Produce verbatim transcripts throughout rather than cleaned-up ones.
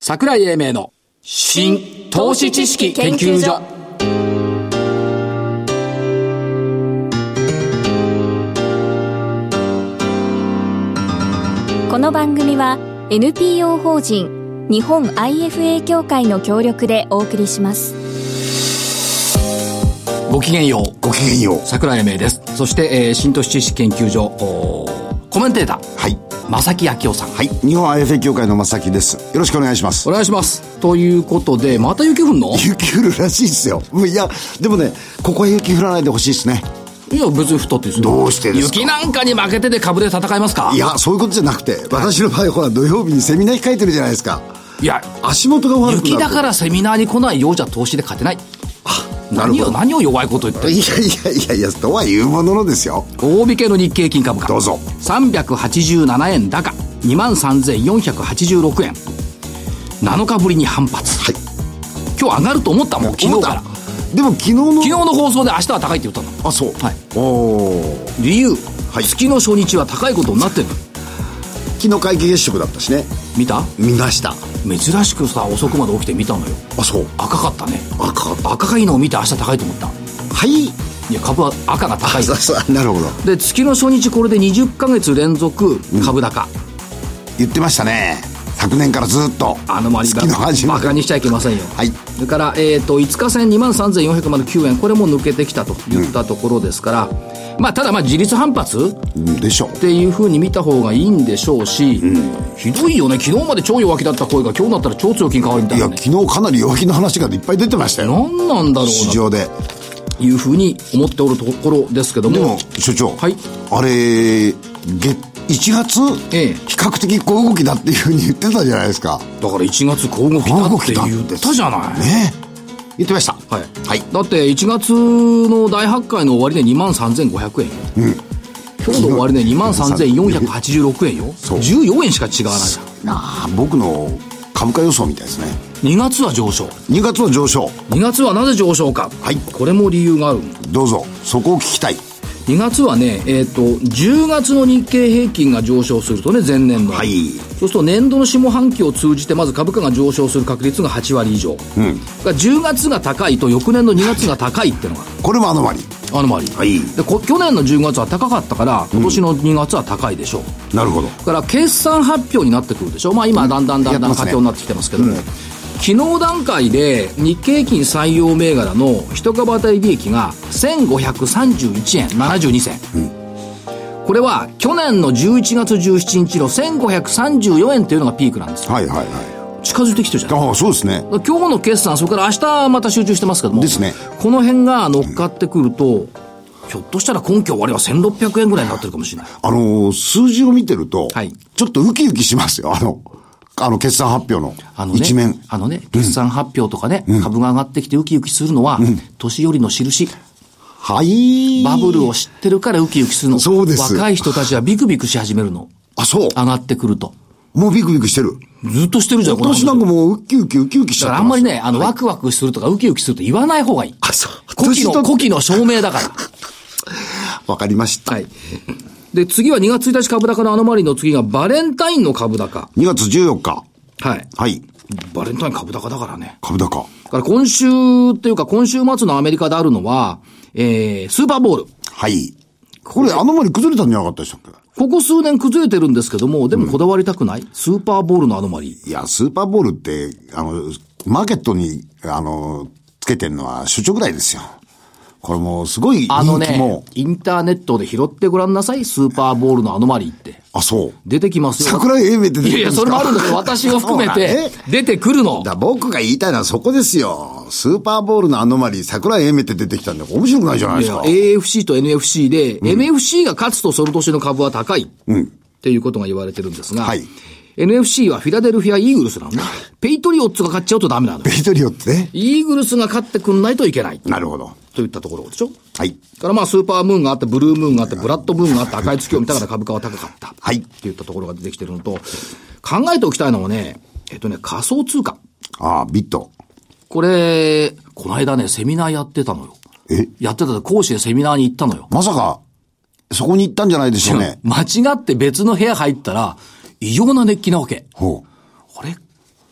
桜井英明の新投資知識研究所。 この番組は エヌピーオー 法人日本 アイエフエー 協会の協力でお送りします。 ごきげんよう。 ごきげんよう。 桜井英明です。そして、えー、新投資知識研究所コメンテーター、はい、正木昭夫さん。 はい、日本 アイエフエー 協会の正木です。よろしくお願いします。 お願いします。ということで、また雪降んの？ 雪降るらしいですよ。いやでもね、ここは雪降らないでほしいですね。 いや別に降ったっていいですよ。 どうしてですか？ 雪なんかに負けてで株で戦いますか？ いやそういうことじゃなくて、私の場合ほら土曜日にセミナー控えてるじゃないですか。いや足元が悪くなる。 雪だからセミナーに来ないようじゃ投資で勝てない。 あ、なるほど。 何を何を弱いこと言ってる。 いやいやいやいやとはいうもののですよ。 大引けの日経金株価どうぞ。 さんびゃくはちじゅうななえん高 にまんさんぜんよんひゃくはちじゅうろくえん、なのかぶりに反発、はい、今日上がると思ったもん。昨日から。 でも昨日の昨日の放送で明日は高いって言ったの。 あ、そう、 はい、 お理由、 はい、 月の初日は高いことになってる。 昨日皆既月食だったしね。 見た？ 見ました。 珍しくさ遅くまで起きて見たのよ。 あ、そう。 赤かったね。 赤赤いのを見て明日高いと思った。 はい。いや株は赤が高い。 そうそう、なるほど。 で月の初日これでにじゅっかげつ連続株高、うん、 言ってましたね。昨年からずっとあの周り月の初めバカにしちゃいけませんよ。 はい。 それから、えー、といつか線 にまんさんぜんよんひゃくきゅうえん、これも抜けてきたといったところですから、うん、まあただまあ自立反発でしょっていうふうに見た方がいいんでしょうし、うん、ひどいよね。昨日まで超弱気だった声が今日になったら超強気に変わるみたいな、ね、 いや昨日かなり弱気の話がいっぱい出てましたよ。 何なんだろうな市場でいうふうに思っておるところですけども。 でも所長、 はい、 あれ月いちがつ、ええ、比較的小動きだっていうふうに言ってたじゃないですか。 だからいちがつ小動きだって言ったじゃないね。言ってました。 はい、はい、だっていちがつの大発会の終わりで にまんさんぜんごひゃくえん、うん、今日の終わりで にまんさんぜんよんひゃくはちじゅうろくえんよ。じゅうよんえんしか違わないじゃん。 あ、僕の株価予想みたいですね。 にがつは上昇。 にがつは上昇。 にがつはなぜ上昇か。はい、これも理由がある。 どうぞ、そこを聞きたい。 にがつはね、えっと、じゅうがつの日経平均が上昇するとね、前年の。はい。そうすると年度の下半期を通じて、まず株価が上昇する確率がはちわり以上。うん。じゅうがつが高いと、翌年のにがつが高いってのが。 これもアノマリ。 アノマリ。はい。で、こ、去年のじゅうがつは高かったから、今年のにがつは高いでしょう。 うん、なるほど。 だから、決算発表になってくるでしょ。まあ今、だんだんだんだん佳境になってきてますけども。うん、昨日段階で日経平均採用銘柄の一株当たり利益がせんごひゃくさんじゅういちえんななじゅうにせん、うん、これは去年のじゅういちがつじゅうしちにちのせんごひゃくさんじゅうよえんっていうのがピークなんですよ。はいはいはい。近づいてきてるじゃん。 ああ、そうですね。 今日の決算、それから明日また集中してますけどもですね、 この辺が乗っかってくると、うん、ひょっとしたら今期終わりはせんろっぴゃくえんぐらいになってるかもしれない。 あのー、数字を見てると、はい、ちょっとウキウキしますよ。あのあの決算発表の一面。 あのね、あのね、決算発表とかね、うん、株が上がってきてウキウキするのは、うん、年寄りの印。 はい。 バブルを知ってるからウキウキするの。 そうです。 若い人たちはビクビクし始めるの。 あ、そう。 上がってくると。 もうビクビクしてる。 ずっとしてるじゃん。 私なんかもうウキウキウキウキしちゃってます。だからあんまりね、あの、はい、ワクワクするとかウキウキすると言わない方がいい。 あ、そう。 古希の、古希の証明だから。 わかりました。 はい。で、次はにがつついたち株高のアノマリの次がバレンタインの株高。 にがつじゅうよっか。 はい。 はい。 バレンタイン株高だからね。 株高。 だから今週っていうか今週末のアメリカであるのは、えー、スーパーボール。 はい。これアノマリ崩れたんじゃなかったでしたっけ？ ここ数年崩れてるんですけども、でもこだわりたくない、うん、スーパーボールのアノマリ。 いや、スーパーボールって、あの、マーケットに、あの、つけてるのは所長ぐらいですよ。これもうすごい人気も。 あのね、インターネットで拾ってごらんなさい、スーパーボールのアノマリーって。 あ、そう。 出てきますよ。 桜井英明って出てくるんですか？ いやいや、それもあるんだけど、私を含めて、出てくるの。 だ僕が言いたいのはそこですよ。スーパーボールのアノマリー、桜井英明って出てきたんだから面白くないじゃないですか。 いや、エーエフシー と エヌエフシー で、うん、エヌエフシー が勝つとその年の株は高い。うん。っていうことが言われてるんですが。はい。エヌエフシー はフィラデルフィア・イーグルスなのね。ペイトリオッツが勝っちゃうとダメなの。 ペイトリオッツね。 イーグルスが勝ってくんないといけない。 なるほど。 といったところでしょ。 はい。 からまあスーパームーンがあって、ブルームーンがあって、ブラッドムーンがあって、赤い月を見たから株価は高かった。はい。っていったところが出てきてるのと、考えておきたいのはね、えっとね、仮想通貨。 ああ、ビット。 これ、この間ね、セミナーやってたのよ。 えやってた講師でセミナーに行ったのよ。 まさか、そこに行ったんじゃないでしょうね。 間違って別の部屋入ったら、異様な熱気なわけ。ほう。あれ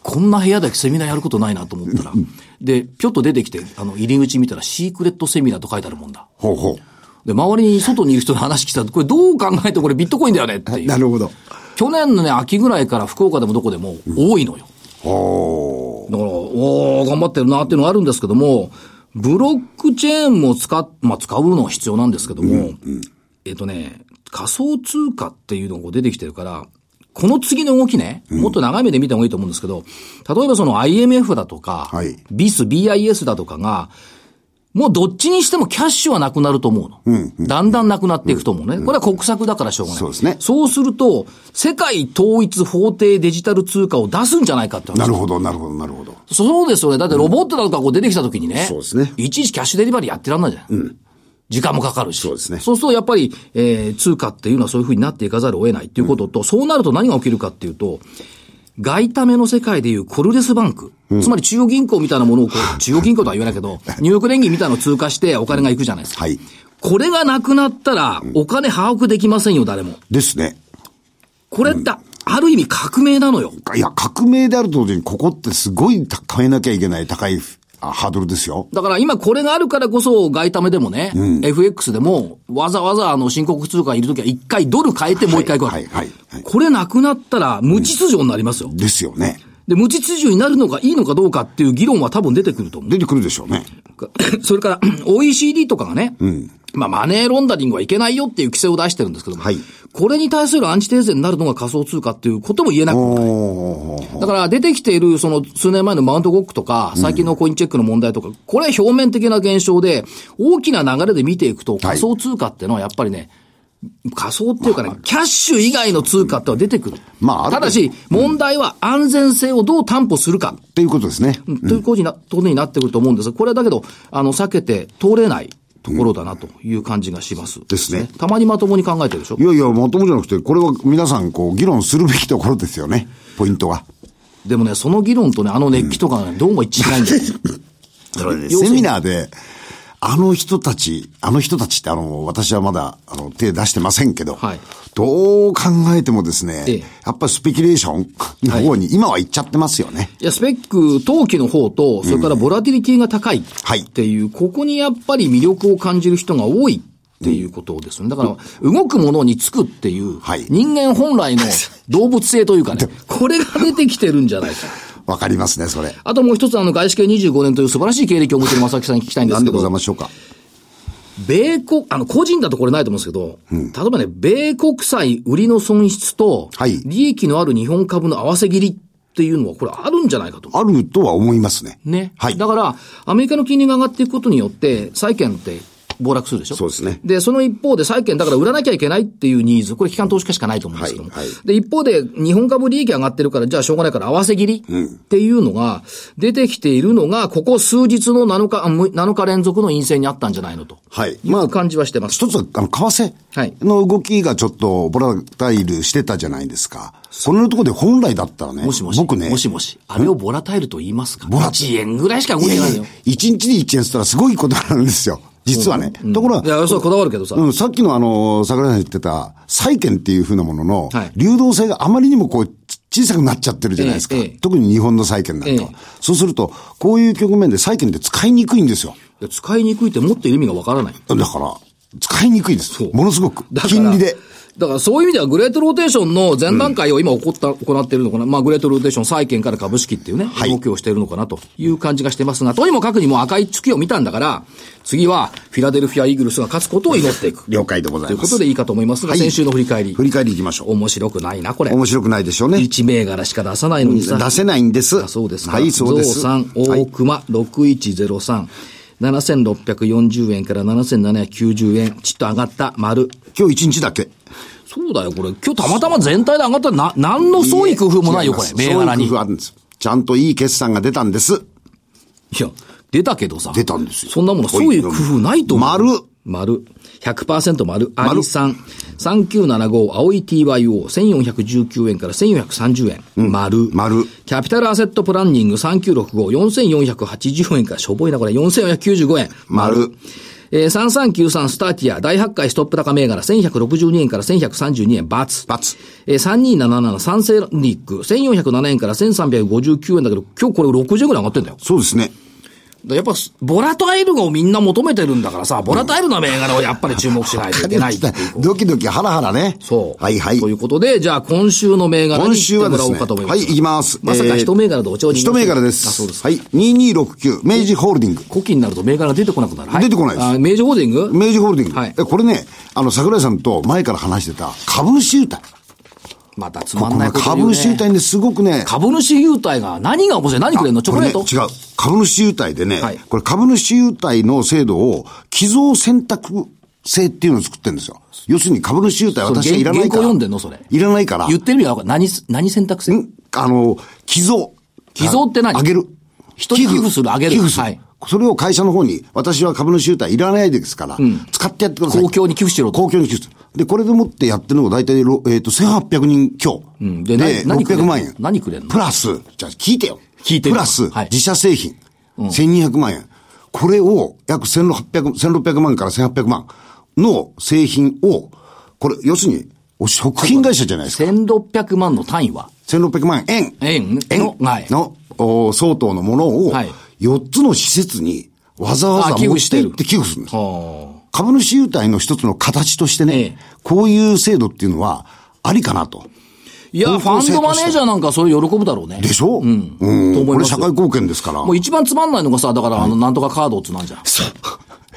こんな部屋でセミナーやることないなと思ったら、で、ぴょっと出てきて、あの、入り口見たら、シークレットセミナーと書いてあるもんだ。 ほうほう。 で、周りに外にいる人の話聞いたら、これどう考えてもこれビットコインだよねっていう。 なるほど。 去年のね、秋ぐらいから福岡でもどこでも多いのよ。 うん、おだから、おー、頑張ってるなっていうのがあるんですけども、ブロックチェーンも使っ、まあ、使うのは必要なんですけども、うんうん、えっとね、仮想通貨っていうのが出てきてるから、この次の動きね、もっと長い目で見た方がいいと思うんですけど、例えばその アイエムエフ だとか、はい、ビス、ビーアイエス だとかが、もうどっちにしてもキャッシュはなくなると思うの。うんうん、だんだんなくなっていくと思うね。これは国策だからしょうがない。 そうですね。 そうすると、世界統一法定デジタル通貨を出すんじゃないかって話。 なるほど、なるほど、なるほど。 そうですよね。だってロボットだとかこう出てきた時にね、 うん、そうですね。 いちいちキャッシュデリバリーやってらんないじゃん。うん。時間もかかるし。 そうですね。 そうするとやっぱり、えー、通貨っていうのはそういう風になっていかざるを得ないっていうことと、うん、そうなると何が起きるかっていうと、外為の世界でいうコルレスバンク、うん、つまり中央銀行みたいなものをこう、中央銀行とは言わないけど、ニューヨーク連銀みたいなのを通過してお金が行くじゃないですか。はい。これがなくなったら、お金把握できませんよ、誰も。 ですね。 これって、うん、ある意味革命なのよ。 いや、革命であると同時に、ここってすごい変えなきゃいけない高いハードルですよ。 だから今これがあるからこそ外為でもね、うん、エフエックス でもわざわざあの申告通貨いるときは一回ドル変えてもう一回行くわけ。はいはいはいはい、これなくなったら無秩序になりますよ。 うん、ですよね。 で、無秩序になるのがいいのかどうかっていう議論は多分出てくると思う。 出てくるでしょうね。 それから オーイーシーディー とかがね、うん、まあマネーロンダリングはいけないよっていう規制を出してるんですけども、はい、これに対するアンチテーゼになるのが仮想通貨っていうことも言えなくもない。だから出てきているその数年前のマウントゴックとか、最近のコインチェックの問題とか、うん、これは表面的な現象で、大きな流れで見ていくと仮想通貨っていうのはやっぱりね、仮想っていうかね、まあ、キャッシュ以外の通貨っては出てくる。まあ、ただし、問題は安全性をどう担保するか。 っていうことですね。 うん、ということにな、ことになってくると思うんですが、これはだけど、あの、避けて通れないところだなという感じがします。うん、ですね。たまにまともに考えてるでしょ？ いやいや、まともじゃなくて、これは皆さん、こう、議論するべきところですよね。ポイントは。 でもね、その議論とね、あの熱気とかがね、うん、どうも一致しないんだよ。 だからね、セミナーで、あの人たち、あの人たちってあの、私はまだ、あの、手出してませんけど、はい、どう考えてもですね、ええ、やっぱりスペキュレーションの方に今は行っちゃってますよね。 いや、スペック、投機の方と、それからボラティリティが高いっていう、うん、ここにやっぱり魅力を感じる人が多いっていうことですね。だから、動くものにつくっていう、はい、人間本来の動物性というかね、これが出てきてるんじゃないか。 わかりますね、それ。 あともう一つ、あの、外資系にじゅうごねんという素晴らしい経歴を持っている正木さんに聞きたいんですけど。 何でございましょうか。 米国、あの、個人だとこれないと思うんですけど、うん、例えばね、米国債売りの損失と、利益のある日本株の合わせ切りっていうのは、これあるんじゃないかと。 あるとは思いますね。 ね。はい。だから、アメリカの金利が上がっていくことによって、債券って、暴落するでしょ。 そうですね。 で、その一方で債券だから売らなきゃいけないっていうニーズ、これ機関投資家しかないと思うんですけども。はいはい、で、一方で日本株利益上がってるから、じゃあしょうがないから合わせ切りっていうのが出てきているのが、ここ数日のなのか、なのか連続の陰性にあったんじゃないのと。はい。まあ、感じはしてます。 一つは、あの、為替の動きがちょっとボラタイルしてたじゃないですか。そのところで本来だったらね。 もしもし。僕ね。もしもし。あれをボラタイルと言いますか。 ボラいちえんぐらいしか動いてないよ。 いちにちでいちえんって言ったらすごいことなんですよ。実はね。うん、ところが。 いや、そうこだわるけどさ。 うん、さっきのあの、桜井さん言ってた、債券っていう風なものの、流動性があまりにもこう、小さくなっちゃってるじゃないですか。ええええ、特に日本の債券なんかは、ええ。そうすると、こういう局面で債券って使いにくいんですよ。 いや使いにくいって持っている意味がわからない。 だから、使いにくいです。ものすごく。金利で。 だからそういう意味ではグレートローテーションの前段階を今起こった、うん、行っているのかな。まあグレートローテーション債券から株式っていうね、はい、動きをしているのかなという感じがしてますが、とにもかくにも赤い月を見たんだから、次はフィラデルフィアイーグルスが勝つことを祈っていく。 了解でございます。 ということでいいかと思いますが、はい、先週の振り返り。 振り返りいきましょう。 面白くないな、これ。 面白くないでしょうね。 一銘柄しか出さないのにさ。 出せないんです。 そうですか。 はい、そうです。 ゾウさん、大熊、ろくいちゼロさん。ななせんろっぴゃくよんじゅうえんからななせんななひゃくきゅうじゅうえん。ちっと上がった、丸。 今日一日だけ。 そうだよ、これ。今日たまたま全体で上がったらな、何の創意工夫もないよ、これ。銘柄に。 創意工夫あるんです。ちゃんといい決算が出たんです。 いや、出たけどさ。 出たんですよ。 そんなもの創意工夫ないと思う。 丸。 丸。ひゃくパーセント 丸。アリさん。さんきゅうななご、青い ティーワイオー、せんよんひゃくじゅうきゅうえんからせんよんひゃくさんじゅうえん。うん、丸。 丸。 キャピタルアセットプランニングさんきゅうろくご、よんせんよんひゃくはちじゅうえんから、しょぼいな、これ。よんせんよんひゃくきゅうじゅうごえん。 丸。 えー、さんさんきゅうさんスターティア、大発会ストップ高銘柄、せんひゃくろくじゅうにえんからせんひゃくさんじゅうにえん、バツ。 バツ。 えー、さんにーなななな、サンセラニック、せんよんひゃくななえんからせんさんびゃくごじゅうきゅうえんだけど、今日これろくじゅうえんぐらい上がってんだよ。 そうですね。 やっぱ、ボラタイルをみんな求めてるんだからさ、ボラタイルな銘柄をやっぱり注目しないといけないっていう。 ドキドキハラハラね。 そう。 はいはい。 ということで、じゃあ今週の銘柄に行ってもらおうかと思います。 今週はですね、はい、行きます。 まさか一銘柄でお茶を一銘柄です。 あ、そうです。 はい。ににろくきゅう、明治ホールディング。 古希になると銘柄出てこなくなる。 はい、出てこないです。 あ、明治ホールディング明治ホールディング。 はい。 これね、あの、桜井さんと前から話してた株主優待。 またつまんないこと言うね。 株主優待ですごくね。 株主優待が何が面白い？何くれんの？チョコレート？ ね、違う。株主優待でね、 はい、 これ株主優待の制度を寄贈選択制っていうのを作ってるんですよ。要するに株主優待私はいらないから。原稿読んでんのそれ。 いらないから。 言ってる意味は何、何選択制？ んあの、寄贈。 寄贈って何？ あげる。 人に寄付する、あげる。 寄付する。 はい。 それを会社の方に、私は株主優待いらないですから、うん、使ってやってください。 公共に寄付しろと。 公共に寄付する。で、これでもってやってるのが大体、えっ、ー、と、せんはっぴゃくにん強。うん。で、でろっぴゃくまんえん。 何くれんの？ プラス、じゃあ聞いてよ。 聞いてる。 プラス、 はい、 自社製品。うん、せんにひゃくまんえん。これを約せんろっぴゃく、せんろっぴゃくまんからせんはっぴゃくまんの製品を、これ、要するに、食品会社じゃないですか。 せんろっぴゃくまんの単位はせんろっぴゃくまんえん。 円。円の、はい、 の、お相当のものを、よっつの施設にわざわざ持って行って寄付するんです。株主優待の一つの形としてね、ええ、こういう制度っていうのはありかなと。 いや、ファンドマネージャーなんかそれ喜ぶだろうね。 でしょ？うん。うん。と思います。これ社会貢献ですから。 もう一番つまんないのがさ、だから、あの、なんとかカードってなんじゃん。そう。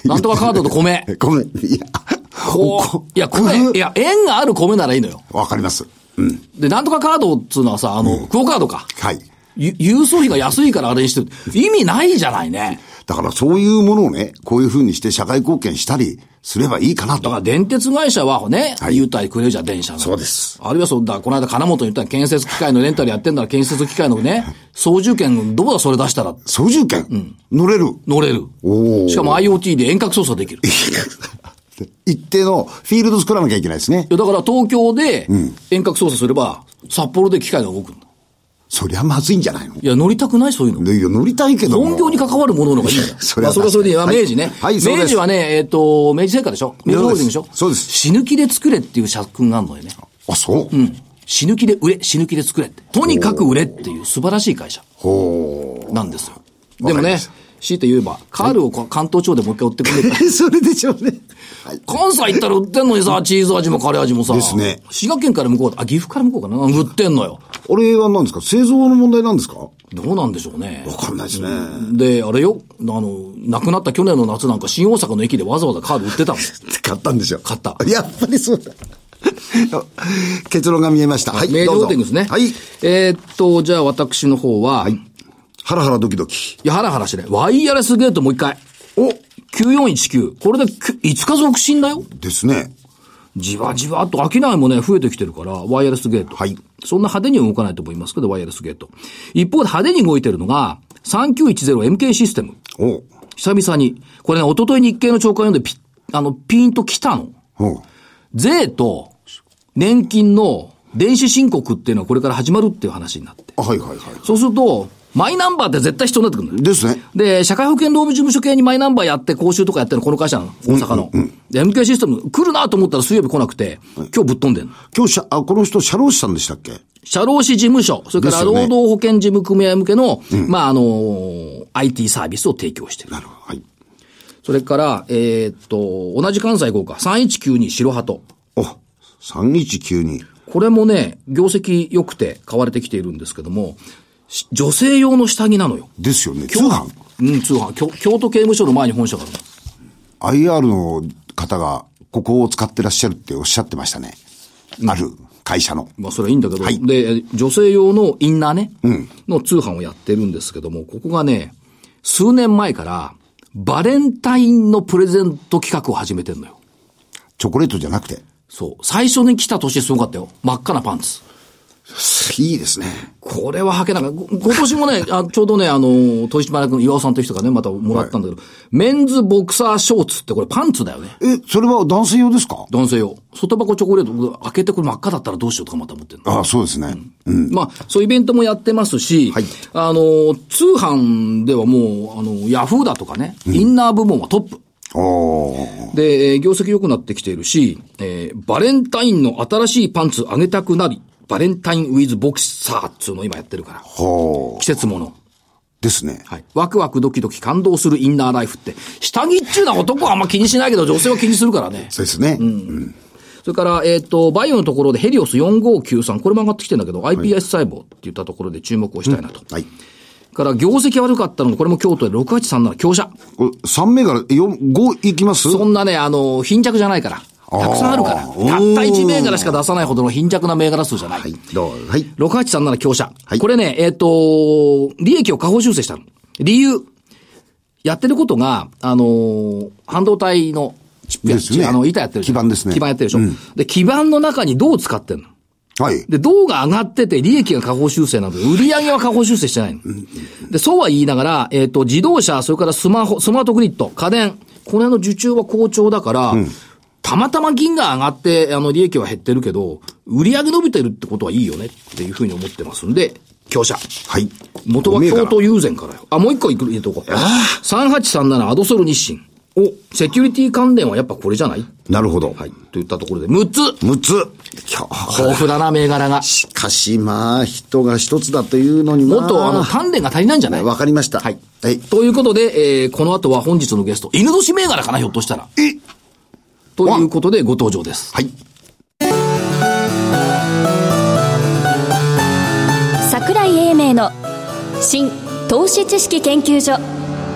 なんとかカードと米。 米。いや、 こう、いや、米、いや、円がある米ならいいのよ。 わかります。うん。 で、なんとかカードっていうのはさ、あの、うん、クオカードか。 はい。 郵送費が安いからあれにしてる。意味ないじゃないね。 だからそういうものをね、こういう風にして社会貢献したりすればいいかなと。 だから電鉄会社はね、はい、優待くれるじゃん、電車の。 そうです。 あるいはそうだ、この間金本に言ったら建設機械のレンタルやってんだら建設機械のね、操縦権、どこだそれ出したら。 操縦権？うん。乗れる？ 乗れる。おしかも IoT で遠隔操作できる。 一定のフィールド作らなきゃいけないですね。 だから東京で遠隔操作すれば、札幌で機械が動くんだ。 そりゃまずいんじゃないの？ いや、乗りたくないそういうの。 いや、乗りたいけど。 本業に関わるものの方がいいんだよ。それはそれはそれで、はい、明治ね。はい、そうです。明治はね、えっ、ー、と、明治製菓でしょ？明治ホールディングでしょ？ そうです。 死ぬ気で作れっていう社訓があるのよね。 あ、そう？ うん。死ぬ気で売れ、死ぬ気で作れって。とにかく売れっていう素晴らしい会社。ほー。なんですよ。でもね、強いて言えば、カールを関東地方でもう一回売ってくれるから。 それでしょうね。 はい、関西行ったら売ってんのにさ、チーズ味もカレー味もさ。 ですね。 滋賀県から向こう、あ、岐阜から向こうかな。売ってんのよ。 あれは何ですか？製造の問題なんですか？ どうなんでしょうね。 わかんないですね。 で、あれよ、あの、亡くなった去年の夏なんか新大阪の駅でわざわざカード売ってたの。 買ったんですよ。 買った。 やっぱりそうだ。結論が見えました。はい。 明治ホールディングですね。 はい。 えー、っと、じゃあ私の方は、はい。 ハラハラドキドキ。 いや、ハラハラしてね。ワイヤレスゲートもう一回。お !きゅうよんいちきゅう。これでいつか続伸だよ。 ですね。 じわじわっと商いもね、増えてきてるから、ワイヤレスゲート。はい。そんな派手には動かないと思いますけど、ワイヤレスゲート。一方で派手に動いてるのが、さんきゅういちゼロエムケー システム。お久々に。これね、一昨日日経の朝刊読んでピッ、あの、ピーンと来たの。お税と年金の電子申告っていうのはこれから始まるっていう話になって。 はいはいはい。 そうすると、マイナンバーって絶対必要になってくるんだよ。 ですね。 で、社会保険労務事務所系にマイナンバーやって講習とかやってるのこの会社なの。大阪の。うんうんうん、で、エムケー システム来るなと思ったら水曜日来なくて、今日ぶっ飛んでんの。 今日しゃ、あ、この人、社労士さんでしたっけ？ 社労士事務所、それから労働保険事務組合向けの、ね、まあ、あのー、アイティー サービスを提供してる。 なるほど。はい。 それから、えー、っと、同じ関西行こうか。さんいちきゅうに白鳩。 お、さんいちきゅうに。 これもね、業績良くて買われてきているんですけども、女性用の下着なのよ。 ですよね。通販。 うん、通販。京、京都刑務所の前に本社があるの。 アイアール の方がここを使ってらっしゃるっておっしゃってましたね。うん、ある会社の。 まあそれはいいんだけど、はい、で、女性用のインナーね、うん、の通販をやってるんですけども、ここがね、数年前からバレンタインのプレゼント企画を始めてるのよ。 チョコレートじゃなくて。 そう。最初に来た年すごかったよ。真っ赤なパンツ。 いいですね。 これは履けなかった。今年もね、あちょうどね、あの、取締役の岩尾さんという人がね、またもらったんだけど、はい、メンズボクサーショーツってこれパンツだよね。 え、それは男性用ですか？ 男性用。外箱チョコレート開けてこれ真っ赤だったらどうしようとかまた思ってるの。ああ、そうですね。 うんうん、まあ、そういうイベントもやってますし、はい、あの、通販ではもう、あの、ヤフーだとかね、うん、インナー部門はトップ。 で、業績良くなってきているし、えー、バレンタインの新しいパンツあげたくなり、バレンタインウィズボクサーっつうの今やってるから。季節もの。 ですね。 はい。ワクワクドキドキ感動するインナーライフって、下着っちゅうのは男はあんま気にしないけど、女性は気にするからね。 そうですね。 うん。うん、それから、えっ、ー、と、バイオのところでヘリオスよんごきゅうさん、これも上がってきてるんだけど、はい、アイピーエス 細胞って言ったところで注目をしたいなと。うん、はい。から業績悪かったのが、これも京都でろくはちさんなな強者。 これさん銘柄、よん、ごいきます？ そんなね、あの、貧弱じゃないから。たくさんあるから。たったいち銘柄しか出さないほどの貧弱な銘柄数じゃない。はい。どうはい。ろくはちさんなな強者。はい。これね、えっ、ー、と、利益を下方修正したの。理由。やってることが、あのー、半導体のチップやですね。あの、板やってる。 基板ですね。 基板やってるでしょ。うん、で、基板の中に銅使ってんの。はい。で、銅が上がってて、利益が下方修正なので、売り上げは下方修正してないの。うん、で、そうは言いながら、えっ、ー、と、自動車、それからスマホ、スマートグリッド、家電、この辺の受注は好調だから、うん、たまたま銀が上がって、あの、利益は減ってるけど、売り上げ伸びてるってことはいいよねっていうふうに思ってますんで、強者。はい。元は京都友禅からよ。あ、もう一個いく、入れとこう。さんはちさんななアドソル日清。お、セキュリティ関連はやっぱこれじゃない？ なるほど。 はい。といったところで、むっつ ! むっつ豊富だな、銘柄が。 しかし、まあ、人が一つだというのに、 まあ、もっと、あの、鍛錬が足りないんじゃない？ わかりました。 はい。はい。ということで、えー、この後は本日のゲスト、犬年銘柄かな、ひょっとしたら。えということで、ご登場です。はい。 櫻井英明の新投資知識研究所。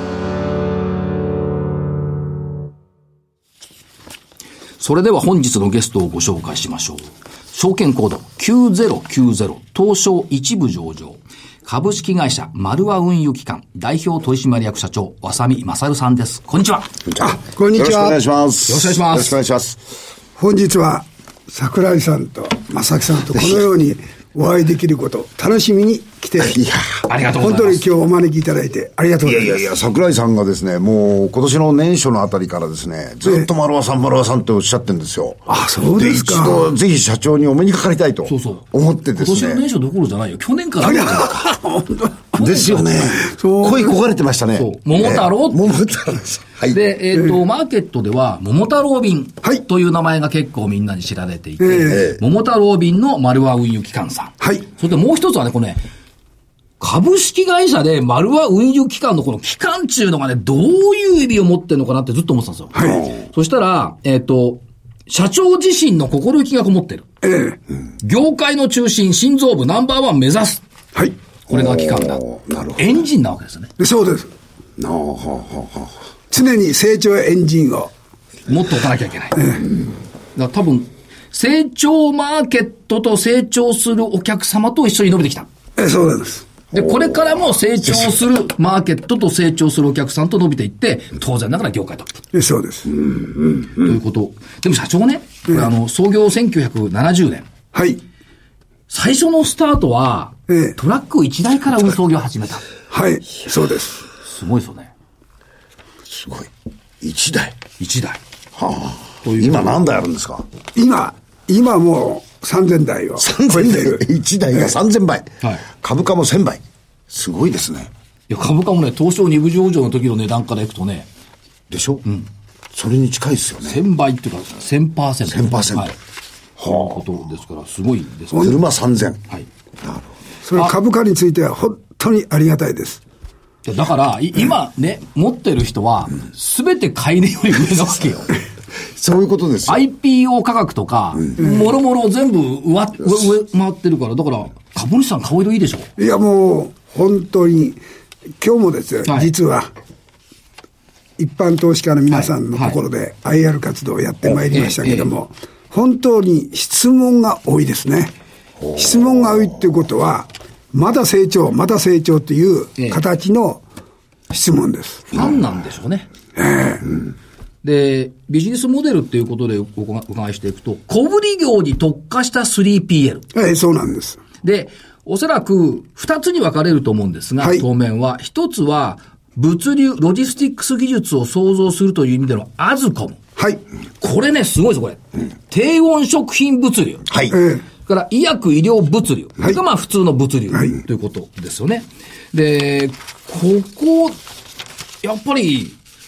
それでは本日のゲストをご紹介しましょう。証券コードきゅうぜろきゅうぜろ東証一部上場株式会社丸和運輸機関代表取締役社長和佐見勝さんです。こんにちは。 あ、こんにちは。 よろしくお願いします。 よろしくお願いします。 よろしくお願いします。 本日は櫻井さんと正木さんとこのようにお会いできること楽しみに来て、いやありがとうございます。 本当に今日お招きいただいてありがとうございます。いやいやいや、 櫻井さんがですね、もう今年の年初のあたりからですね、ずっと丸和さん丸和さんっておっしゃってるんですよ。 あ、そうですか。 で、一度ぜひ社長にお目にかかりたいと思ってですね。 今年の年初どころじゃないよ。去年からあるじゃないか。 ですよね。声焦がれてましたね。 そう。桃太郎、 えー、桃太郎です。 はい。で、えっ、ー、と、マーケットでは、桃太郎便という名前が結構みんなに知られていて、えー、桃太郎便の丸和運輸機関さん。はい。それでもう一つはね、これね、株式会社で丸和運輸機関のこの機関っていうのがね、どういう意味を持ってるのかなってずっと思ってたんですよ。はい。そしたら、えっ、ー、と、社長自身の心意気がこもってる。ええー。業界の中心、心臓部ナンバーワン目指す。はい。これが機関だ。なるほど。エンジンなわけですね。 そうです。なあ、はあ、はあ。常に成長エンジンを持っておかなきゃいけない。えー、だ多分、成長マーケットと成長するお客様と一緒に伸びてきた。 えー、そうなんです。 で、これからも成長するマーケットと成長するお客さんと伸びていって、当然ながら業界トップ。 えー、そうです。うんうんうん、ということ。でも社長ね、これあの、創業せんきゅうひゃくななじゅうねん。はい。最初のスタートは、えー、トラックいちだいから運送業を始めた。 はい、そうです。 すごいですよね。 すごい。いちだい。 いちだい。 はあ。という今何台あるんですか？ 今、今もうさんぜんだいを超えてる。 いちだいがさんぜんばい。はい。株価もせんばい。すごいですね。 いや、株価もね、東証に部上場の時の値段からいくとね。 でしょ？うん。それに近いですよね。 せんばいっていうか、せんパーセント。 せんパーセント。はい。 はあ。ということですから、すごいですね。車さんぜん。 はい。なるほど。 それ株価については本当にありがたいです。 だから、今ね、持ってる人は、すべて買い値より上なわけよ。 そういうことですよ。 アイピーオー 価格とか、もろもろ全部上、上回ってるから、だから、株主さん顔色いいでしょ？ いや、もう、本当に、今日もですよ、はい、実は、一般投資家の皆さんのところで アイアール 活動をやってまいりましたけども、本当に質問が多いですね。質問が多いっていうことは、まだ成長、まだ成長という形の質問です。 ファンなんでしょうね。えーうん、で、ビジネスモデルっていうことでお伺いしていくと、小売業に特化した スリーピーエル。 えー、そうなんです。 で、おそらく二つに分かれると思うんですが、はい、当面は、一つは物流、ロジスティックス技術を創造するという意味でのアズコム。はい。これね、すごいです、これ。うん、低温食品物流。はい。えーから医薬医療物流。はい、がまあ普通の物流、はい、ということですよね。で、ここ、やっぱり、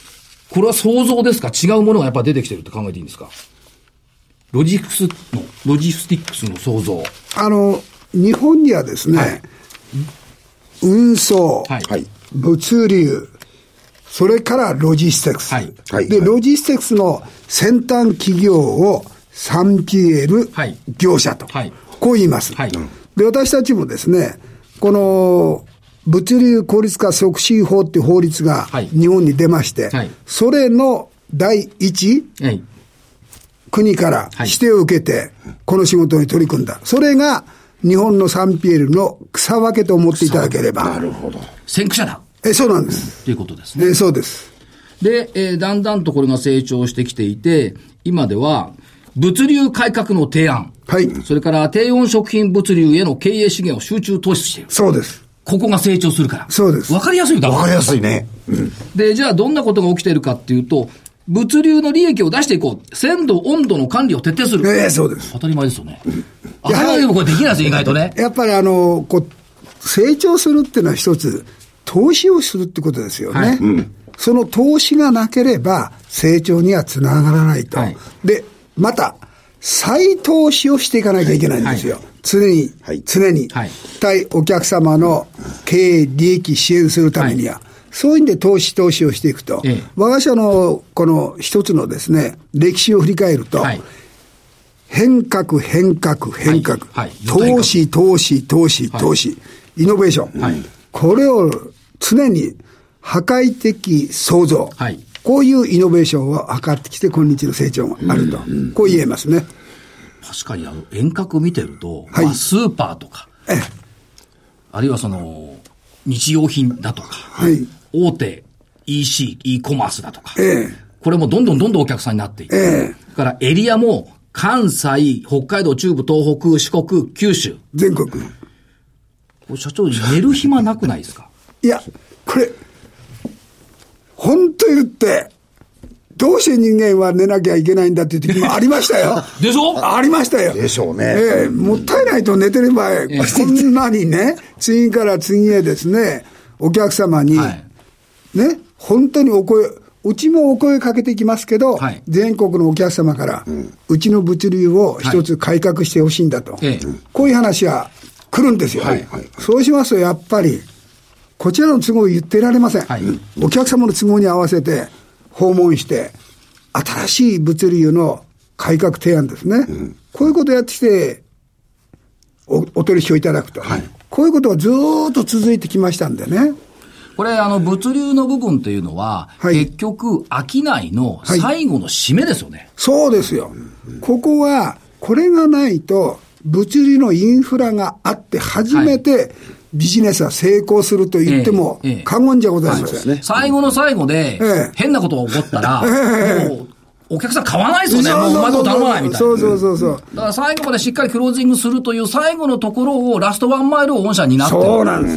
これは想像ですか？違うものがやっぱり出てきてるって考えていいんですか？ロジスの、ロジスティックスの創造。 あの、日本にはですね、はい、運送、はい、物流、それからロジスティクス。はい、で、ロジスティクスの先端企業を スリーピーエル 業者と、はい、こう言います、はい。で、私たちもですね、この、物流効率化促進法っていう法律が日本に出まして、はい、それの第一、はい国から指定を受けて、この仕事に取り組んだ。それが、日本の スリーピーエル の草分けと思っていただければ。 なるほど。 先駆者だ。 え、そうなんです。 ということですね。 え、そうです。 で、えー、だんだんとこれが成長してきていて、今では、物流改革の提案。はい。それから、低温食品物流への経営資源を集中投資している。 そうです。 ここが成長するから。 そうです。 わかりやすいだろう。 わかりやすいね。 うん。で、じゃあ、どんなことが起きているかっていうと、物流の利益を出していこう。鮮度、温度の管理を徹底する。 ええー、そうです。 当たり前ですよね。当たり前でもこれできないですよ、意外とね。 やっぱりあの、こう、成長するっていうのは一つ、投資をするってことですよね。はいうん、その投資がなければ、成長にはつながらないと。はい、で、また、再投資をしていかなきゃいけないんですよ。はい、常に、はい、常に、はい、対お客様の経営、利益支援するためには、はいそういう意味で投資投資をしていくと、ええ、我が社のこの一つのですね、歴史を振り返ると、はい、変革、変革、変革、はいはい、投資、投資、投資、はい、投資、イノベーション、はい、これを常に破壊的創造、はい、こういうイノベーションを図ってきて今日の成長があると、うんうん、こう言えますね。 確かにあの遠隔見てると、はいまあ、スーパーとか、ええ、あるいはその日用品だとか、はい大手 イーシー、e コマースだとか、ええ、これもどんどんどんどんお客さんになっていて、ええ、からエリアも関西、北海道、中部、東北、四国、九州。 全国。 社長、寝る暇なくないですか？ いや、これ、本当言って、どうして人間は寝なきゃいけないんだっていう時もありましたよ。 でしょ？ ありましたよ。 でしょうね。 ええ、もったいないと寝てれば、ええ、こんなにね、次から次へですね、お客様に、はいね、本当にお声、うちもお声かけていきますけど、はい、全国のお客様から、うん、うちの物流を一つ改革してほしいんだと、はい、こういう話が来るんですよ、はいはい、そうしますとやっぱりこちらの都合を言ってられません、はい、お客様の都合に合わせて訪問して新しい物流の改革提案ですね、うん、こういうことをやってきて お, お取引をいただくと、はい、こういうことがずーっと続いてきましたんでね。 これ、あの、物流の部分というのは、はい、結局、商いの最後の締めですよね、はい。そうですよ。ここは、これがないと、物流のインフラがあって初めて、ビジネスは成功すると言っても、過言じゃございません、ええええ、 最後の最後で、変なことが起こったら、ええ、もう、お客さん買わないですよね。もううまいこと頼まないみたいな。 そうそうそうそう。 だから最後までしっかりクロージングするという最後のところを、ラストワンマイルを御社になってる。 そうなんです。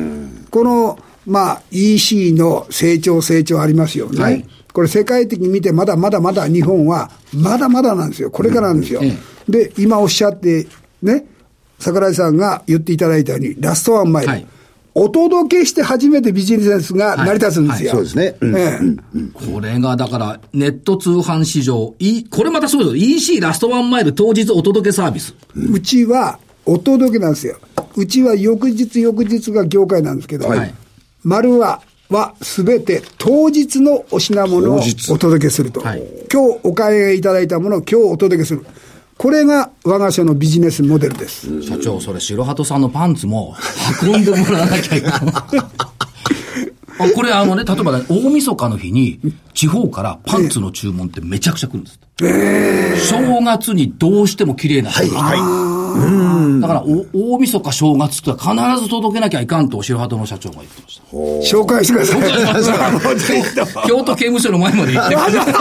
この、まあ、イーシー の成長成長ありますよね、はい、これ世界的に見てまだまだまだ日本はまだまだなんですよ、これからなんですよ、うんうん、で今おっしゃってね、櫻井さんが言っていただいたようにラストワンマイル、はい、お届けして初めてビジネスが成り立つんですよ、 はいはい、そうですね、うんええ、これがだからネット通販市場、これまたそうですよ、 イーシー ラストワンマイル当日お届けサービス、 うん、うちはお届けなんですよ。うちは翌日翌日が業界なんですけど、はい丸は、はすべて当日のお品物をお届けすると、はい。今日お買い上げいただいたものを今日お届けする。これが我が社のビジネスモデルです。 社長、それ白鳩さんのパンツも運んでもらわなきゃいけない。あこれあのね、例えば、ね、大晦日の日に地方からパンツの注文ってめちゃくちゃ来るんです。えー、正月にどうしても綺麗な人が、はいはいうんだからお大晦日正月って必ず届けなきゃいかんと白鳩の社長が言ってました。 紹介してください。京都刑務所の前まで行って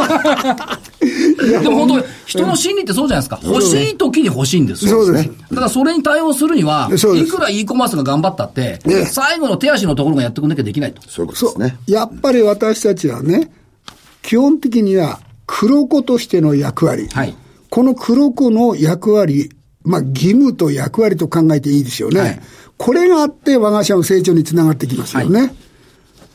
でも本当に人の心理ってそうじゃないですか。欲しい時に欲しいんですよ。 そうですね。 だからそれに対応するにはいくら e コマースが頑張ったって、ね、最後の手足のところがやってくんなきゃできないと。 そういうことですね。 やっぱり私たちはね、基本的には黒子としての役割、はい、この黒子の役割、まあ、義務と役割と考えていいですよね、はい、これがあって我が社の成長につながってきますよね、はい、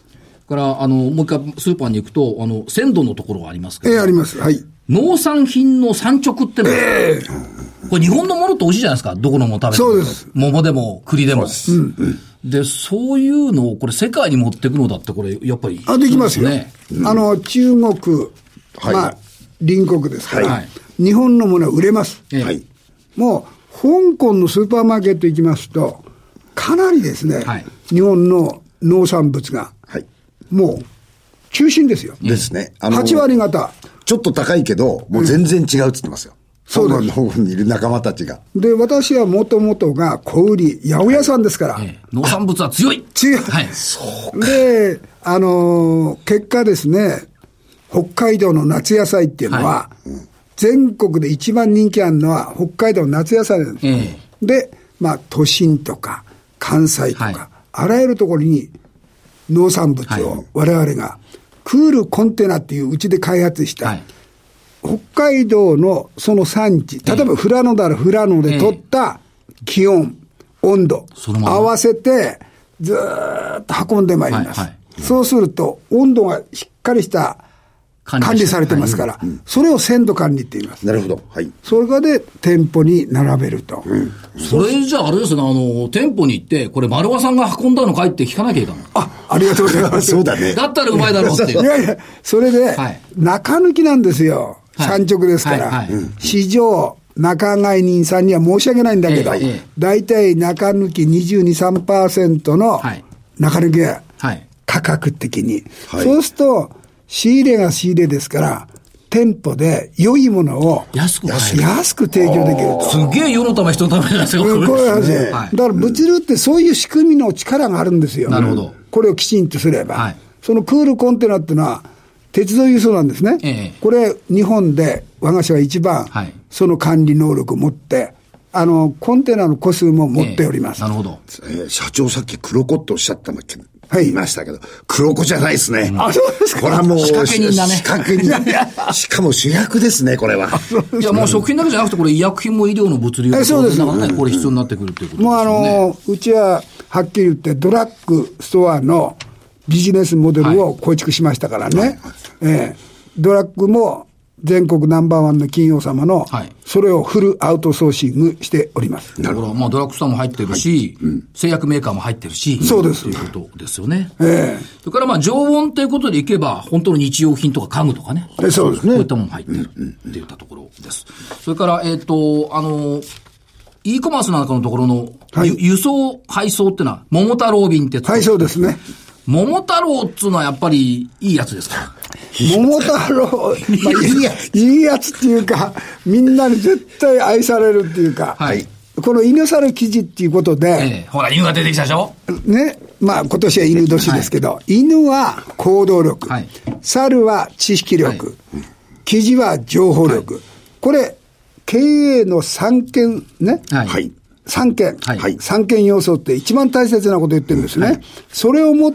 から、あの、もう一回スーパーに行くと、あの、鮮度のところがありますけど。 えー、あります。はい。 農産品の産直ってのは、えー、これ日本のものって美味しいじゃないですか。どこのも食べても。 そうです。 桃でも栗でも。 そうです。 うん。で、そういうのを、これ世界に持っていくのだって、これ、やっぱり、ね。 あ、できますよ。うん、あの、中国、はい、まあ、隣国ですから、はい、日本のものは売れます。はい。もう、香港のスーパーマーケット行きますと、かなりですね、はい、日本の農産物が、はい、もう、中心ですよ。 ですね。 あのー、はち割方。 ちょっと高いけど、もう全然違うって言ってますよ。うん、そうです。香港にいる仲間たちが。 で、私はもともとが小売り、八百屋さんですから。はい、 農産物は強い。 強い。 はい。 そうか。で、あのー、結果ですね、北海道の夏野菜っていうのは、はいうん、全国で一番人気あるのは北海道の夏野菜なんです。えー、で、まあ、都心とか関西とか、はい、あらゆるところに農産物を我々が、クールコンテナっていううちで開発した、はい、北海道のその産地、例えば富良野なら富良野で取った気温、えー、温度、合わせてずーっと運んでまいります。はいはい、そうすると温度がしっかりした管理されてますから、はいうん、それを鮮度管理って言います。 なるほど。はい。 それで店舗に並べると。うん、 それじゃああれですね、あの、店舗に行って、これ丸和さんが運んだのかいって聞かなきゃいけない。 あ、ありがとうございます。 そうだね。 だったらうまいだろうっていう。 いやいや、それで、はい、中抜きなんですよ。産直ですから。はいはいはい、市場、仲買人さんには申し訳ないんだけど、だいたい中抜きにじゅうに、さんパーセント の中抜きが価格的に。はい、そうすると、仕入れが仕入れですから、店舗で良いものを安く安く提供できると。 すげえ世のため人のためじゃないですか。これこういう話、ねはい、だから物流ってそういう仕組みの力があるんですよ。 なるほど。 これをきちんとすれば。はい、そのクールコンテナっていうのは、鉄道輸送なんですね。ええ、これ、日本で我が社は一番、はい、その管理能力を持って、あの、コンテナの個数も持っております。 ええ、なるほど。 えー、社長さっき黒子っておっしゃったんだっけはい。言いましたけど、黒子じゃないですね。 あ、そうですか。 これはもう、 仕掛け人だね。 仕掛け人。しかも主役ですね、これは。 いや、もう食品だけじゃなくて、これ医薬品も医療の物流もそうですね。 これ必要になってくるということですね。 もうあの、うちは、はっきり言って、ドラッグストアのビジネスモデルを構築しましたからね。はい、えー、ドラッグも、全国ナンバーワンの企業様の、はい、それをフルアウトソーシングしております。 なるほど。まあ、ドラッグストアも入ってるし、はいうん、製薬メーカーも入ってるし、 そうです。 ということですよね。 ええー。 それからまあ、常温ということでいけば、本当の日用品とか家具とかね。 えそうですね。 こういったものも入ってるっていったところです。それから、えっ、ー、と、あの、e コマースなんかのところの、はい、輸送、配送ってのは、桃太郎便ってはい、そうですね。 桃太郎っつうのはやっぱりいいやつですか？ 桃太郎、まあ、いいやつ、いいやつっていうか、みんなに絶対愛されるっていうか、はい、この犬猿記事っていうことで、 ええ、ほら、犬が出てきたでしょ？ ね、まあ今年は犬年ですけど、はい、犬は行動力、はい、猿は知識力、はい、記事は情報力、はい、これ、経営の三権ね、はい、三権、はい、三権要素って一番大切なこと言ってるんですね。はい、それをもって、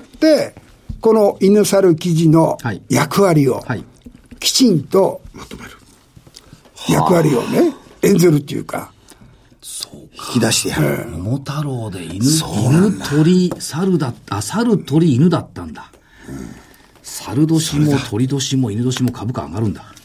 この犬猿記事の役割をきちんとまとめる。役割をね、演ずるっていうか。 そうか。 引き出してやる。 桃太郎で犬、犬、鳥、猿だった、あ、猿、鳥、犬だったんだ。うん、猿年も鳥年も犬年も株価上がるんだ。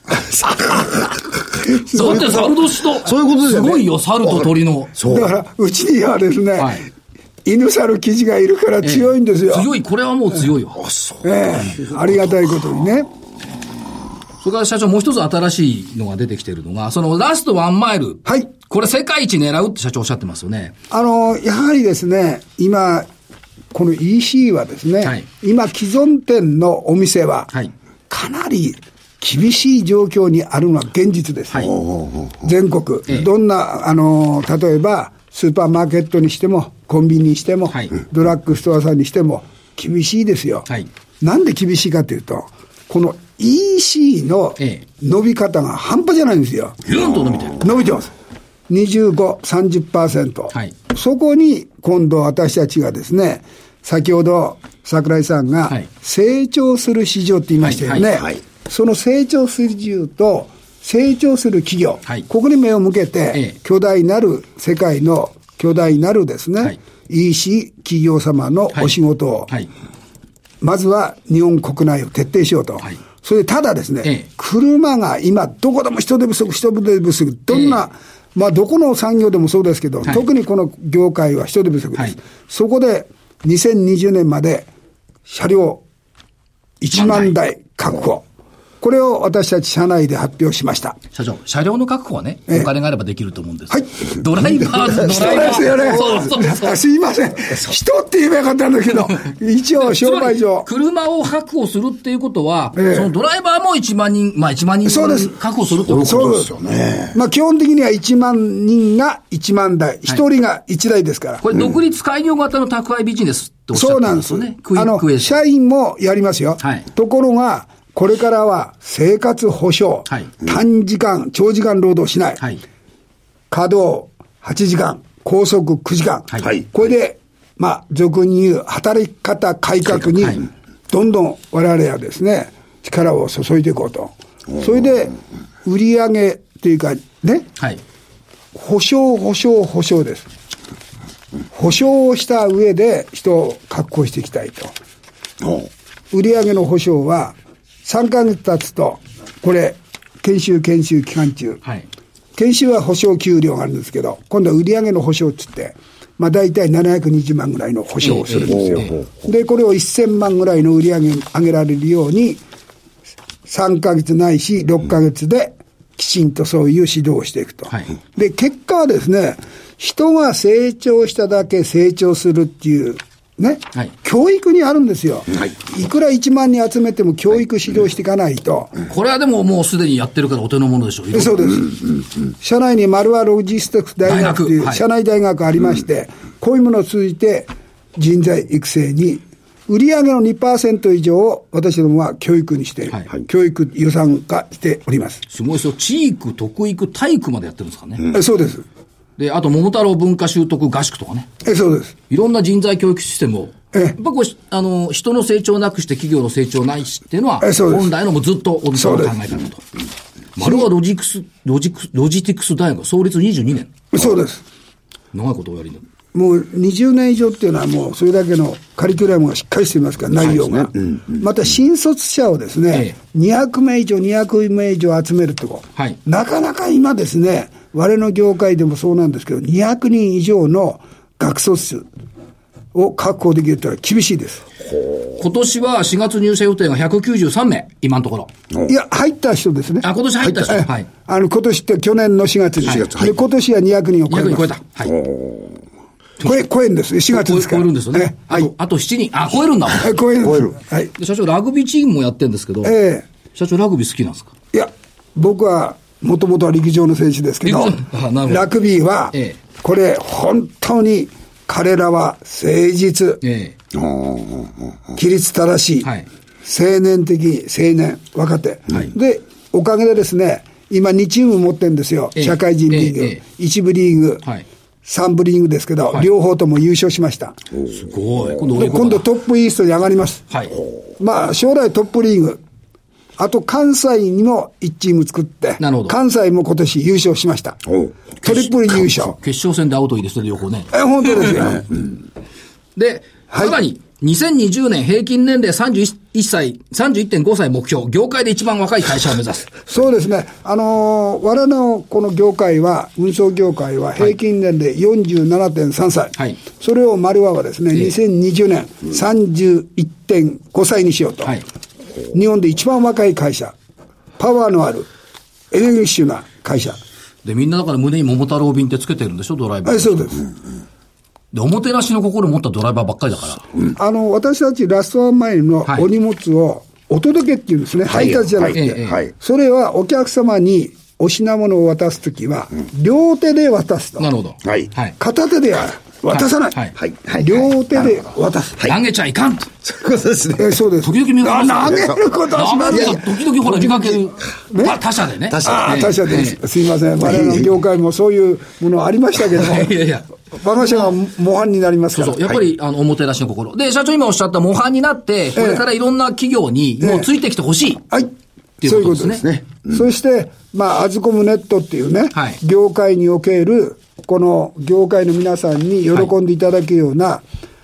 そうって猿年と、 そういうことですよね。 すごいよ、猿と鳥の。 そう。だから、うちにはですね、はい、犬猿記事がいるから強いんですよ。 ええ、強い、これはもう強いよ。 ええ、あ、そう。ええ、ありがたいことにね。 それから社長、もう一つ新しいのが出てきているのが、そのラストワンマイル。はい。これ世界一狙うって社長おっしゃってますよね。 あの、やはりですね、今、この イーシー はですね、はい、今既存店のお店は、かなり厳しい状況にあるのは現実です。はい、全国、ええ。どんな、あの、例えば、スーパーマーケットにしても、コンビニにしても、はい、ドラッグストアさんにしても、厳しいですよ。はい、なんで厳しいかというと、この イーシー の伸び方が半端じゃないんですよ。 ビューンと伸びてる。 伸びてます。にじゅうご、さんじゅっパーセント。はい、そこに今度私たちがですね、先ほど櫻井さんが成長する市場って言いましたよね。はいはいはい、その成長する市場と成長する企業、はい、ここに目を向けて、ええ、巨大なる世界の巨大なるですね、はい、イーシー 企業様のお仕事をまずは日本国内を徹底しようと。はい、それでただですね、ええ、車が今どこでも人手不足、人手不足、どんな、ええ、まあどこの産業でもそうですけど、はい、特にこの業界は人手不足です。はい、そこでにせんにじゅうねんまで車両いちまんだい確保。これを私たち社内で発表しました。 社長、車両の確保はね、お金があればできると思うんです。 はい。 ドライバーズ、ドライバーズ。 ですよね。そうそうそう。すいません。人って言えばよかったんだけど、一応商売上。 車を確保するっていうことは、ええ、そのドライバーもいちまんにん、まあいちまんにん確保するってことですよね。そうですよね。 まあ基本的にはいちまんにんがいちまんだい、ひとりがいちだいですから。 これ独立開業型の宅配ビジネスっておっしゃってるんですよね。 そうなんです。あの、社員もやりますよ。はい。ところが、これからは生活保障、はい、短時間、長時間労働しない、はい、稼働はちじかん、拘束くじかん、はい、これで、まあ、俗に言う働き方改革に、どんどん我々はですね、力を注いでいこうと。それで、売り上げっていうか、ね、はい、保証、保証、保証です。保証をした上で人を確保していきたいと。売り上げの保証は、さんかげつ経つと、これ、研修研修期間中。はい、研修は保証給料があるんですけど、今度は売上の保証って言って、まあ大体ななひゃくにじゅうまんぐらいの保証をするんですよ。ええ、で、これをせんまんぐらいの売上に上げられるように、さんかげつないしろっかげつできちんとそういう指導をしていくと。はい、で、結果はですね、人が成長しただけ成長するっていう、ね、はい、教育にあるんですよ、はい、いくらいちまんにん集めても教育指導していかないと、 はい、これはでももうすでにやってるからお手の物でしょう。 そうです、うん、社内に丸和ロジスティクス大学という社内大学ありまして、はい、こういうものを通じて人材育成に売上の にパーセント 以上を私どもは教育にして、はい、教育予算化しております。 すごいですよ。地域、特育、体育までやってるんですかね。 うん、そうです。 で、あと、桃太郎文化習得合宿とかね。 え、そうです。 いろんな人材教育システムを。え、やっぱこう、あの、人の成長なくして企業の成長ないしっていうのは、え、そうです。本来のもうずっと、小木さんの考え方と。丸はロジクス、ロジクス、ロジティクス大学創立にじゅうにねん。 そうです。 長いことをやりになる。 もうにじゅうねん以上っていうのはもうそれだけのカリキュラムがしっかりしていますから、内容が。ね、うんうん、また新卒者をですね、ええ、にひゃくめい以上、にひゃくめい以上集めるとこ、はい、なかなか今ですね、我の業界でもそうなんですけど、にひゃくにん以上の学卒を確保できるというのは厳しいです。 今年はしがつ入社予定がひゃくきゅうじゅうさんめい、今のところ。 いや、入った人ですね。 あ、今年入った人。はい。あの、今年って去年のしがつに。はい、で、今年はにひゃくにんを超えます。にひゃくにん超えた。はい。超え、超えるんです。しがつですから。 超えるんですよね。はい。あと、あとしちにん。あ、超えるんだ。 はい、超える。超える。はい。 で、社長、ラグビーチームもやってるんですけど、ええー。社長、ラグビー好きなんですか？ いや、僕は、もともとは陸上の選手ですけど、ラグビーは、ええ、これ、本当に、彼らは誠実、ええ、規律正しい、はい、青年的青年、若手、はい。で、おかげでですね、今にチーム持ってるんですよ。ええ、社会人リーグ、ええ、いち部リーグ、はい、さん部リーグですけど、はい、両方とも優勝しました。 すごい。 今度、今度トップイーストに上がります。はい、まあ、将来トップリーグ、あと関西にもいちチーム作って、なるほど。関西も今年優勝しました。トリプル優勝。 決勝戦で会うといいですね、両方ね。 え、本当ですよ。 で、はい、さらに、にせんにじゅうねん平均年齢さんじゅういっさい、さんじゅういってんごさい目標、業界で一番若い会社を目指す。 そうですね。あのー、我々のこの業界は、運送業界は平均年齢よんじゅうななてんさんさい。はい。それを丸和はですね、にせんにじゅうねんさんじゅういってんごさいにしようと。はい。日本で一番若い会社、パワーのあるエネルギッシュな会社で、みんなだから胸に桃太郎便ってつけてるんでしょ、ドライバー。 はい、そうです。 で、おもてなしの心を持ったドライバーばっかりだから、 うん、あの私たちラストワンマイルのお荷物をお届けっていうんですね、はい、配達じゃなくて、はいはい、それはお客様にお品物を渡すときは、うん、両手で渡すと。 なるほど。 はい。片手では渡さない。はい。はい。はい、両手で渡す。 はい。投げちゃいかんと。 そういうことですね。えー、そうです。 時々見かけ投げることはしません。 時々ほら見かける。ね、他社でね。 他社。ああ、他社です。すいません。我々の業界もそういうものありましたけど。いやいや。我が社が模範になりますから。 そうそう。やっぱり、あの、おもてなしの心。で、社長今おっしゃった模範になって、これからいろんな企業にもうついてきてほしい。はい。っていうことですね。 そして、まあ、アズコムネットっていうね、業界における、この業界の皆さんに喜んでいただけるような、はい、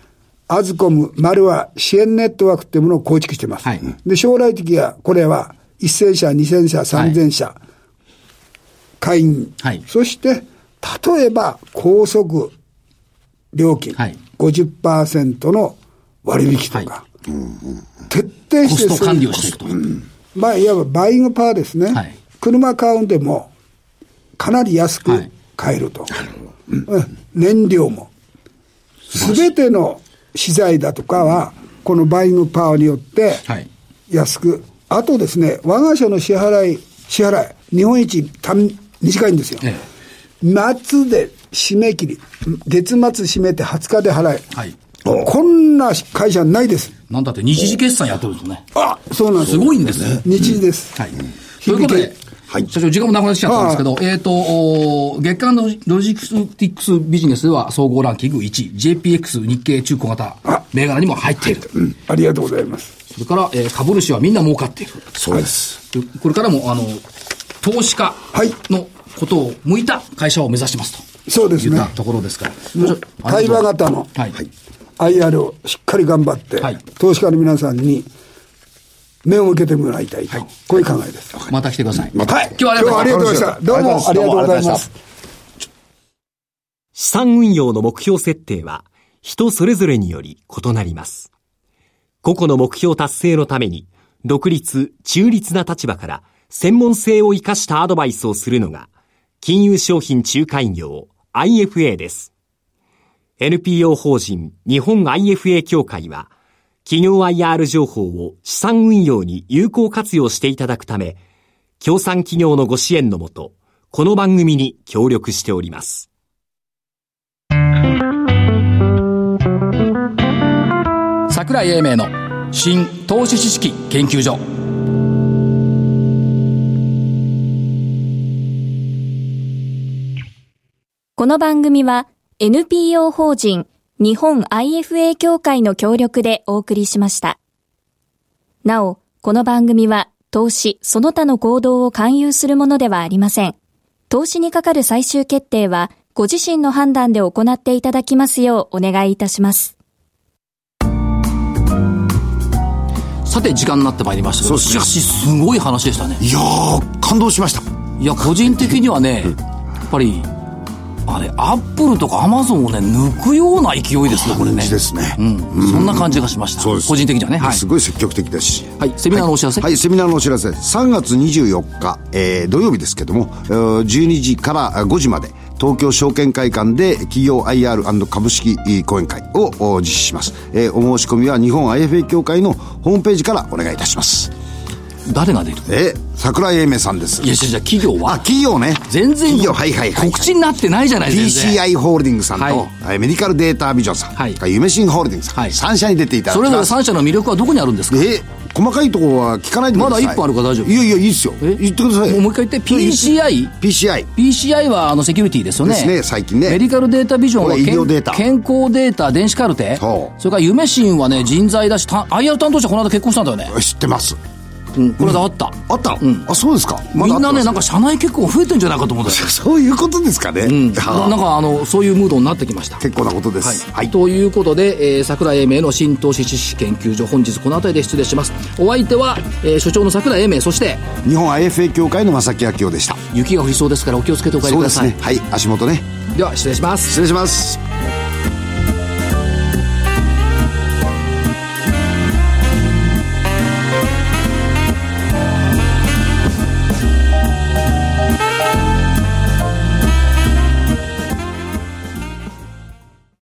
アズコム、丸は支援ネットワークっていうものを構築してます。はい、で、将来的には、これはせん社、にせん社、さんぜん社、はい、会員、はい、そして、例えば、高速料金、はい、ごじゅっパーセント の割引とか、はい、徹底してコスト管理をしていくと。うん、 まあ、いわばバイングパワーですね。はい、車買うんでも、かなり安く買えると。はいうん、燃料も。すべての資材だとかは、このバイングパワーによって安く、はい、あとですね、我が社の支払い、支払い、日本一短いんですよ。ええ、末で締め切り、月末締めてはつかで払え。はい、こんな会社ないです。 なんだって日時決算やってるんですよね。 あ、そうなんです。 すごいんですね。 日時です。うん、はい。 ということで、はい、社長時間もなくなってきちゃったんですけど、えっ、ー、と、月間のロジスティックスビジネスでは総合ランキングいちい、ジェーピーエックス 日経中小型銘柄にも入っている。 うん、ありがとうございます。 それから、えー、株主はみんな儲かっている。 そうです。 これからも、あの、投資家のことを向いた会社を目指しますと。 そうですね。 いったところですから。 対話型の、はい、アイアール をしっかり頑張って、はい、投資家の皆さんに目を向けてもらいたいと、はい、こういう考えです。 また来てください。 また、はい、今日はありがとうございました。どうもありがとうございます。 資産運用の目標設定は人それぞれにより異なります。個々の目標達成のために独立、中立な立場から専門性を生かしたアドバイスをするのが金融商品仲介業 アイエフエー です。エヌピーオー 法人日本 アイエフエー 協会は企業 アイアール 情報を資産運用に有効活用していただくため、協賛企業のご支援のもと、この番組に協力しております。 櫻井英明の新投資知識研究所。 この番組は エヌピーオー 法人日本 アイエフエー 協会の協力でお送りしました。なお、この番組は投資その他の行動を勧誘するものではありません。投資にかかる最終決定はご自身の判断で行っていただきますようお願いいたします。 さて時間になってまいりましたけど、しかしすごい話でしたね。 いやー感動しました。 いや個人的にはね、うん、やっぱりあれアップルとかアマゾンをね抜くような勢いですねこれね。 感じですね、 うんうん、そんな感じがしました。そうです個人的にはね、はい、 すごい積極的だし、 はい、セミナーのお知らせ、 はい、はい、セミナーのお知らせさんがつにじゅうよっか、えー、土曜日ですけどもじゅうにじからごじまで東京証券会館で企業 アイアール& 株式講演会を実施します、えー、お申し込みは日本 アイエフエー 協会のホームページからお願いいたします。 誰が出る？ え桜井英明さんです。 いや、じゃあ企業は？ あ、企業ね。 全然企業、はいはいはい、 告知になってないじゃないですか。 ピーシーアイ ホールディングスさんと、はい、メディカルデータビジョンさん、はい、夢新ホールディングスさん、はい、さん社に出ていただきます。 それぞれさん社の魅力はどこにあるんですか？ え細かいところは聞かないでください。 まだいっぽんあるから大丈夫。 いやいやいいですよ。え言ってください。 もう一回言って。 ピーシーアイ？ ピーシーアイピーシーアイ はあのセキュリティですよね。 ですね最近ね。 メディカルデータビジョンは医療データ、 健康データ、電子カルテ、それから夢新はね人材だし、 アイアール 担当者この間結婚したんだよね。 知ってます。 うん、これであった、うん、 あった、うん、あそうですか、 ま、みんなねなんか社内結婚増えてんじゃないかと思うんだよ。 そういうことですかね、うん、 なんかあのそういうムードになってきました。 結構なことです、 はいはい、ということで、えー、櫻井英明の新投資知識研究所、本日この辺りで失礼します。お相手は、えー、所長の櫻井英明、そして日本 アイエフエー 協会の正木明夫でした。 雪が降りそうですからお気をつけてお帰りください。 そうですね、はい、足元ね。 では失礼します。 失礼します。